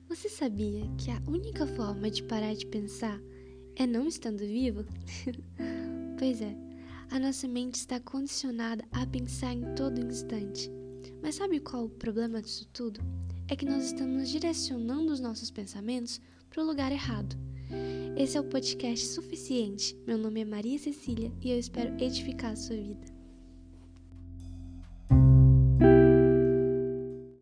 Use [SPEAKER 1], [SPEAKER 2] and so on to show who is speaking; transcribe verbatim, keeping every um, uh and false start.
[SPEAKER 1] Você sabia que a única forma de parar de pensar é não estando vivo? Pois é, a nossa mente está condicionada a pensar em todo instante. Mas sabe qual o problema disso tudo? É que nós estamos direcionando os nossos pensamentos para o lugar errado. Esse é o podcast Suficiente. Meu nome é Maria Cecília e eu espero edificar a sua vida.